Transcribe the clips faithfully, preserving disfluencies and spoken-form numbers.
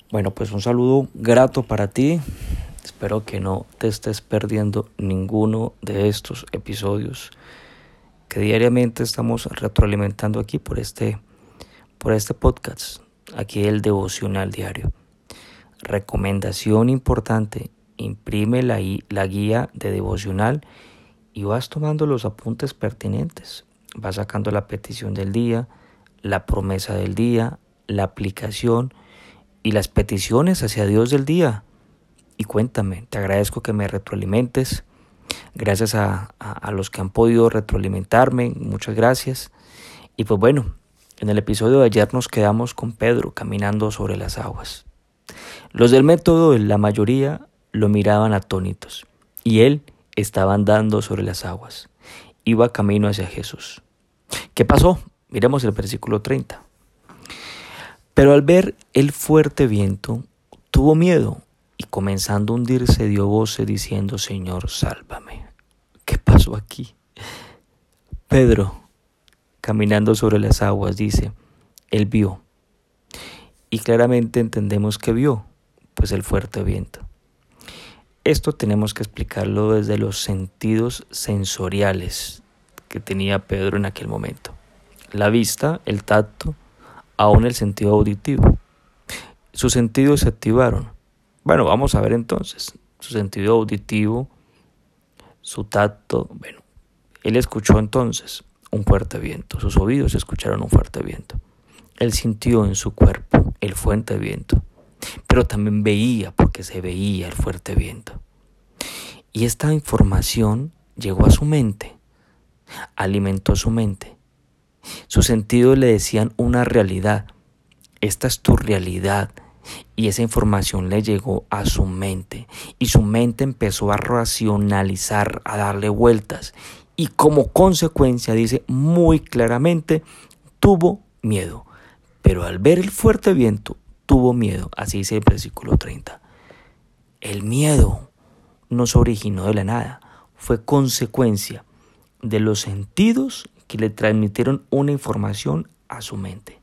Bueno, pues un saludo grato para ti. Espero que no te estés perdiendo ninguno de estos episodios que diariamente estamos retroalimentando aquí por este, por este podcast, aquí el devocional diario. Recomendación importante, imprime la, la guía de devocional y vas tomando los apuntes pertinentes. Vas sacando la petición del día, la promesa del día, la aplicación y las peticiones hacia Dios del día. Y cuéntame, te agradezco que me retroalimentes. Gracias a, a, a los que han podido retroalimentarme, muchas gracias. Y pues bueno, en el episodio de ayer nos quedamos con Pedro caminando sobre las aguas. Los del método, la mayoría, lo miraban atónitos, y él estaba andando sobre las aguas. Iba camino hacia Jesús. ¿Qué pasó? Miremos el versículo treinta. Pero al ver el fuerte viento, tuvo miedo y comenzando a hundirse dio voces diciendo: Señor, sálvame. ¿Qué pasó aquí? Pedro, caminando sobre las aguas, dice, él vio. Y claramente entendemos que vio, pues el fuerte viento. Esto tenemos que explicarlo desde los sentidos sensoriales que tenía Pedro en aquel momento. La vista, el tacto, aún el sentido auditivo. Sus sentidos se activaron. Bueno, vamos a ver entonces. Su sentido auditivo, su tacto. Bueno, él escuchó entonces un fuerte viento. Sus oídos escucharon un fuerte viento. Él sintió en su cuerpo el fuerte viento. Pero también veía, porque se veía el fuerte viento. Y esta información llegó a su mente. Alimentó su mente. Sus sentidos le decían una realidad. Esta es tu realidad. Y esa información le llegó a su mente. Y su mente empezó a racionalizar, a darle vueltas. Y como consecuencia, dice muy claramente, tuvo miedo. Pero al ver el fuerte viento, tuvo miedo. Así dice el versículo treinta. El miedo no se originó de la nada. Fue consecuencia de los sentidos que le transmitieron una información a su mente.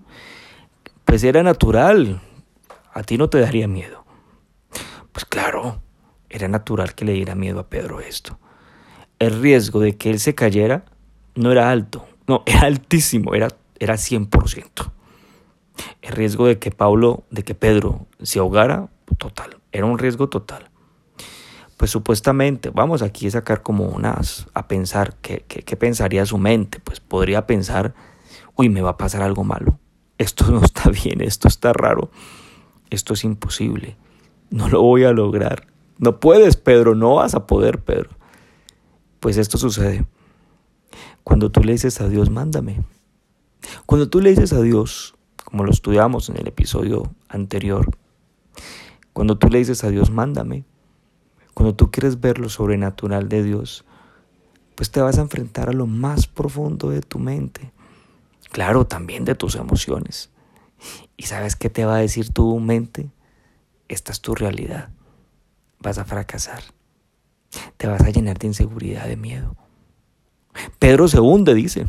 Pues era natural, a ti no te daría miedo. Pues claro, era natural que le diera miedo a Pedro esto. El riesgo de que él se cayera no era alto, no, era altísimo, era, era cien por ciento. El riesgo de que Pablo, de que Pedro se ahogara, total, era un riesgo total. Pues supuestamente, vamos aquí a sacar como unas, a pensar, ¿qué, qué, qué pensaría su mente? Pues podría pensar, uy, me va a pasar algo malo, esto no está bien, esto está raro, esto es imposible, no lo voy a lograr. No puedes, Pedro, no vas a poder, Pedro. Pues esto sucede cuando tú le dices a Dios, mándame. Cuando tú le dices a Dios, como lo estudiamos en el episodio anterior, cuando tú le dices a Dios, mándame, cuando tú quieres ver lo sobrenatural de Dios, pues te vas a enfrentar a lo más profundo de tu mente. Claro, también de tus emociones. ¿Y sabes qué te va a decir tu mente? Esta es tu realidad. Vas a fracasar. Te vas a llenar de inseguridad, de miedo. Pedro se hunde, dice.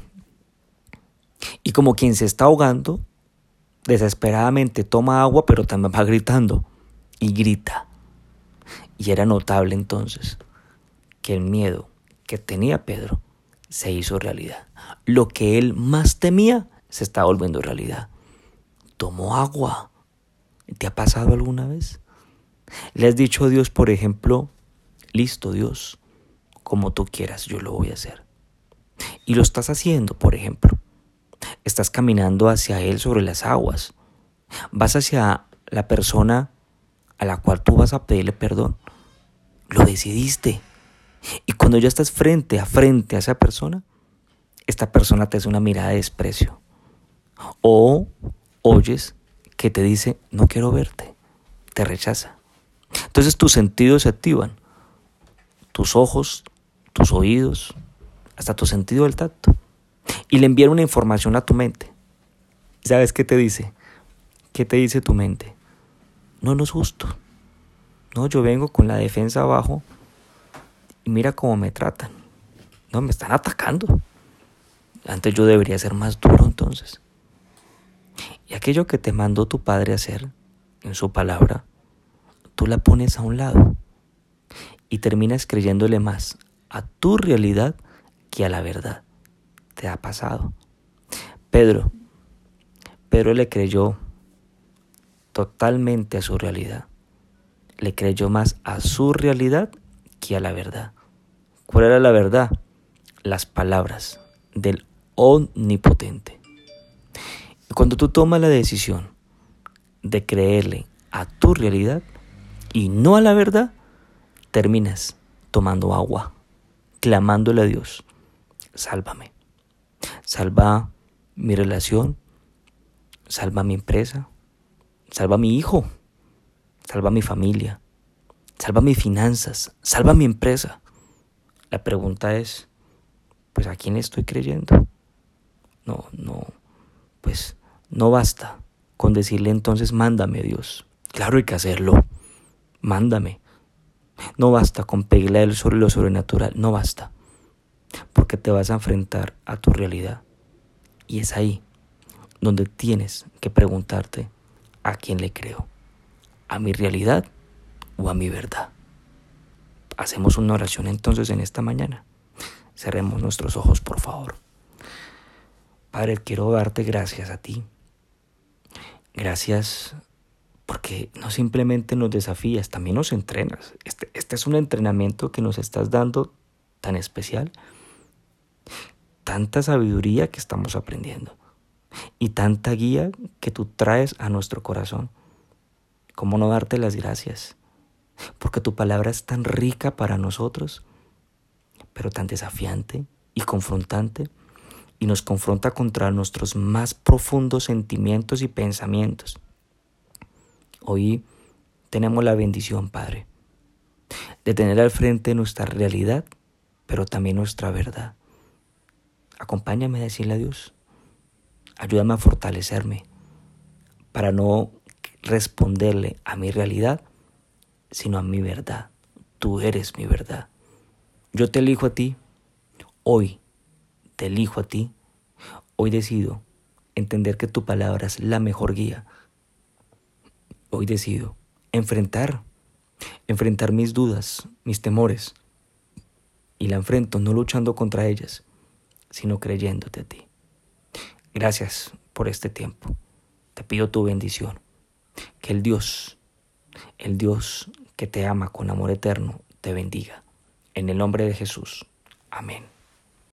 Y como quien se está ahogando, desesperadamente toma agua, pero también va gritando. Y grita. Y era notable entonces que el miedo que tenía Pedro se hizo realidad. Lo que él más temía se está volviendo realidad. Tomó agua. ¿Te ha pasado alguna vez? ¿Le has dicho a Dios, por ejemplo, listo Dios, como tú quieras, yo lo voy a hacer? Y lo estás haciendo, por ejemplo. Estás caminando hacia Él sobre las aguas. Vas hacia la persona a la cual tú vas a pedirle perdón. Lo decidiste. Y cuando ya estás frente a frente a esa persona, esta persona te hace una mirada de desprecio. O oyes que te dice, no quiero verte. Te rechaza. Entonces tus sentidos se activan. Tus ojos, tus oídos, hasta tu sentido del tacto. Y le envían una información a tu mente. ¿Y sabes qué te dice? ¿Qué te dice tu mente? No, no es justo. No, yo vengo con la defensa abajo y mira cómo me tratan. No, me están atacando. Antes yo debería ser más duro entonces. Y aquello que te mandó tu padre a hacer, en su palabra, tú la pones a un lado y terminas creyéndole más a tu realidad que a la verdad. ¿Te ha pasado? Pedro, Pedro le creyó totalmente a su realidad. Le creyó más a su realidad que a la verdad. ¿Cuál era la verdad? Las palabras del Omnipotente. Y cuando tú tomas la decisión de creerle a tu realidad y no a la verdad, terminas tomando agua, clamándole a Dios: sálvame, salva mi relación, salva mi empresa, salva mi hijo, salva mi familia, salva mis finanzas, salva mi empresa. La pregunta es, pues, ¿a quién estoy creyendo? No, no, pues no basta con decirle entonces: mándame, Dios. Claro, hay que hacerlo. Mándame. No basta con pedirle a Él sobre lo sobrenatural. No basta. Porque te vas a enfrentar a tu realidad. Y es ahí donde tienes que preguntarte: ¿a quién le creo? ¿A mi realidad o a mi verdad? Hacemos una oración entonces en esta mañana. Cerremos nuestros ojos, por favor. Padre, quiero darte gracias a ti. Gracias porque no simplemente nos desafías, también nos entrenas. Este, este es un entrenamiento que nos estás dando tan especial. Tanta sabiduría que estamos aprendiendo y tanta guía que tú traes a nuestro corazón. ¿Cómo no darte las gracias? Porque tu palabra es tan rica para nosotros, pero tan desafiante y confrontante, y nos confronta contra nuestros más profundos sentimientos y pensamientos. Hoy tenemos la bendición, Padre, de tener al frente nuestra realidad, pero también nuestra verdad. Acompáñame a decirle a Dios: ayúdame a fortalecerme para no responderle a mi realidad, sino a mi verdad. Tú eres mi verdad. Yo te elijo a ti. Hoy te elijo a ti. Hoy decido entender que tu palabra es la mejor guía. Hoy decido enfrentar, enfrentar mis dudas, mis temores. Y la enfrento no luchando contra ellas, sino creyéndote a ti. Gracias por este tiempo. Te pido tu bendición. Que el Dios, el Dios que te ama con amor eterno, te bendiga. En el nombre de Jesús. Amén.